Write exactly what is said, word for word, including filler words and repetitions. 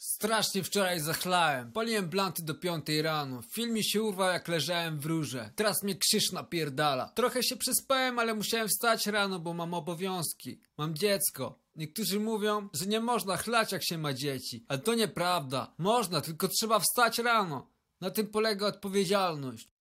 Strasznie wczoraj zachlałem. Paliłem blanty do piątej rano. Film mi się urwał jak leżałem w rurze. Teraz mnie krzyż napierdala. Trochę się przespałem, ale musiałem wstać rano, bo mam obowiązki. Mam dziecko. Niektórzy mówią, że nie można chlać jak się ma dzieci. Ale to nieprawda. Można, tylko trzeba wstać rano. Na tym polega odpowiedzialność.